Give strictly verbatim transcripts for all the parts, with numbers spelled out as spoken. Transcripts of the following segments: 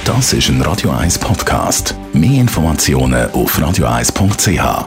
Das ist ein Radio eins Podcast. Mehr Informationen auf radio eins punkt c h.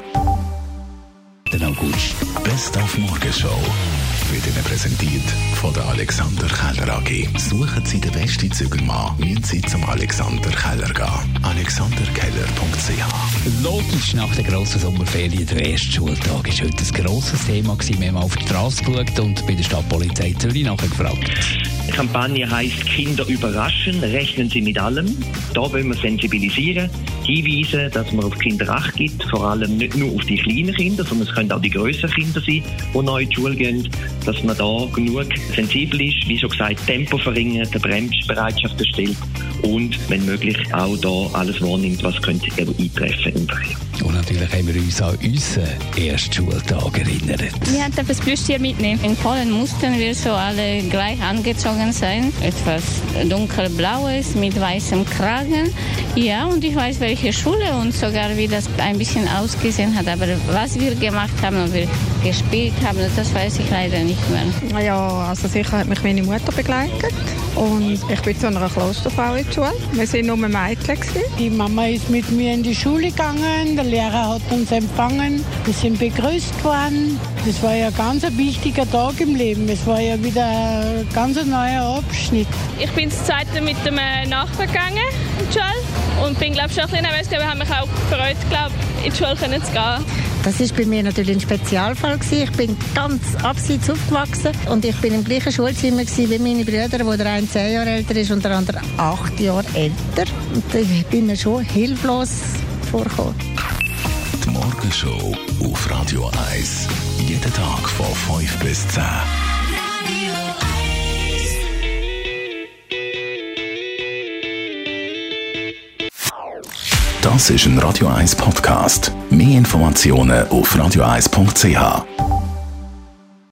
Den August. Best auf Morgenshow wird Ihnen präsentiert von der Alexander Keller A G. Suchen Sie den besten Zügelmann, müssen Sie zum Alexander Keller gehen. alexander keller punkt c h. Logisch, nach der grossen Sommerferien, der erste Schultag, war heute ein grosses Thema. Wir haben auf die Straße geschaut und bei der Stadtpolizei Zürich nachgefragt. Die Kampagne heisst «Kinder überraschen, rechnen Sie mit allem». Da wollen wir sensibilisieren, hinweisen, dass man auf Kinder Acht gibt, vor allem nicht nur auf die kleinen Kinder, sondern es können auch die grösseren Kinder sein, die neu in die Schule gehen, dass man da genug sensibel ist, wie schon gesagt, Tempo verringert, eine Bremsbereitschaft erstellt und, wenn möglich, auch da alles wahrnimmt, was könnte eintreffen im Verkehr. Und natürlich haben wir uns an unseren ersten Schultag erinnert. Wir hatten das Plüschtier mitnehmen. In Polen mussten wir so alle gleich angezogen sein. Etwas dunkelblaues mit weißem Kragen. Ja, und ich weiß, welche Schule und sogar wie das ein bisschen ausgesehen hat. Aber was wir gemacht haben und wir gespielt haben, das weiß ich leider nicht mehr. Ja, also sicher hat mich meine Mutter begleitet. Und ich bin zu einer Klosterfrau in die Schule. Wir waren nur Mädchen. Die Mama ist mit mir in die Schule gegangen, der Lehrer hat uns empfangen, wir sind begrüßt worden. Das war ja ganz ein wichtiger Tag im Leben, es war ja wieder ein ganz neuer Abschnitt. Ich bin das zweite mit dem Nachbar gegangen in die Schule und bin, glaube ich, schon ein bisschen nervös, aber habe mich auch gefreut, glaube in die Schule zu gehen. Das war bei mir natürlich ein Spezialfall. Ich bin ganz abseits aufgewachsen und ich bin im gleichen Schulzimmer wie meine Brüder, wo der eine zehn Jahre älter ist und der andere acht Jahre älter. Und da bin mir schon hilflos vorgekommen. Die Morgenshow auf Radio eins. Jeden Tag von fünf bis zehn. Das ist ein Radio eins Podcast. Mehr Informationen auf radio eins punkt c h.